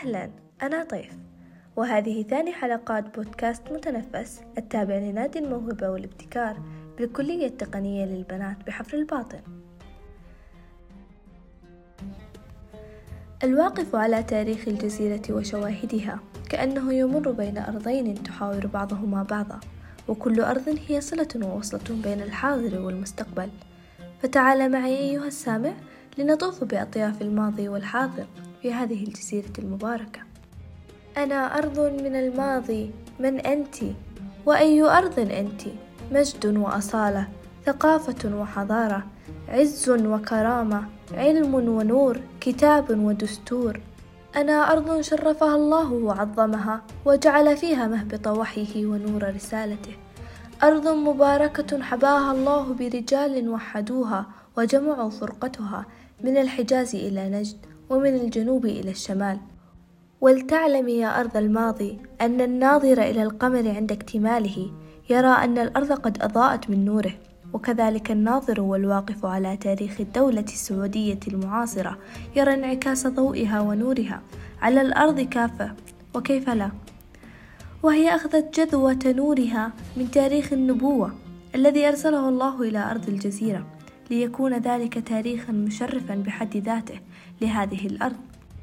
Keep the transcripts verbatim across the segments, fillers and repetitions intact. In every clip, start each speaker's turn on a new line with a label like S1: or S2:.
S1: أهلا، أنا طيف، وهذه ثاني حلقات بودكاست متنفس التابع لنادي الموهبة والابتكار بالكلية التقنية للبنات بحفر الباطن. الواقف على تاريخ الجزيرة وشواهدها كأنه يمر بين أرضين تحاور بعضهما بعضا، وكل أرض هي صلة ووصلة بين الحاضر والمستقبل. فتعال معي أيها السامع لنطوف بأطياف الماضي والحاضر في هذه الجزيرة المباركة. أنا أرض من الماضي، من أنت؟ وأي أرض أنت؟ مجد وأصالة، ثقافة وحضارة، عز وكرامة، علم ونور، كتاب ودستور. أنا أرض شرفها الله وعظمها وجعل فيها مهبط وحيه ونور رسالته، أرض مباركة حباها الله برجال وحدوها وجمعوا فرقتها من الحجاز إلى نجد ومن الجنوب إلى الشمال. ولتعلمي يا أرض الماضي أن الناظر إلى القمر عند اكتماله يرى أن الأرض قد أضاءت من نوره، وكذلك الناظر والواقف على تاريخ الدولة السعودية المعاصرة يرى انعكاس ضوئها ونورها على الأرض كافة، وكيف لا؟ وهي أخذت جذوة نورها من تاريخ النبوة الذي أرسله الله إلى أرض الجزيرة، ليكون ذلك تاريخا مشرفا بحد ذاته لهذه الأرض.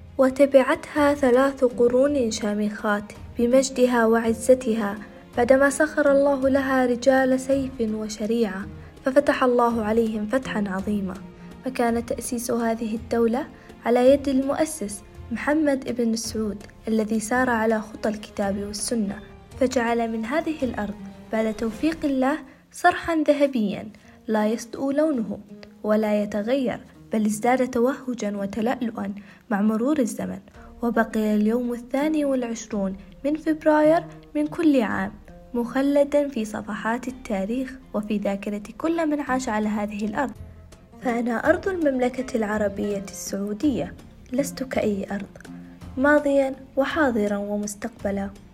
S1: وتبعتها ثلاث قرون شامخات بمجدها وعزتها بعدما سخر الله لها رجال سيف وشريعة، ففتح الله عليهم فتحا عظيما. فكان تأسيس هذه الدولة على يد المؤسس محمد بن سعود الذي سار على خطى الكتاب والسنة، فجعل من هذه الأرض بعد توفيق الله صرحا ذهبيا لا يصدأ لونه ولا يتغير، بل ازداد توهجا وتلألؤا مع مرور الزمن. وبقي اليوم الثاني والعشرون من فبراير من كل عام مخلدا في صفحات التاريخ وفي ذاكرة كل من عاش على هذه الأرض. فأنا أرض المملكة العربية السعودية، لست كأي أرض، ماضيا وحاضرا ومستقبلا.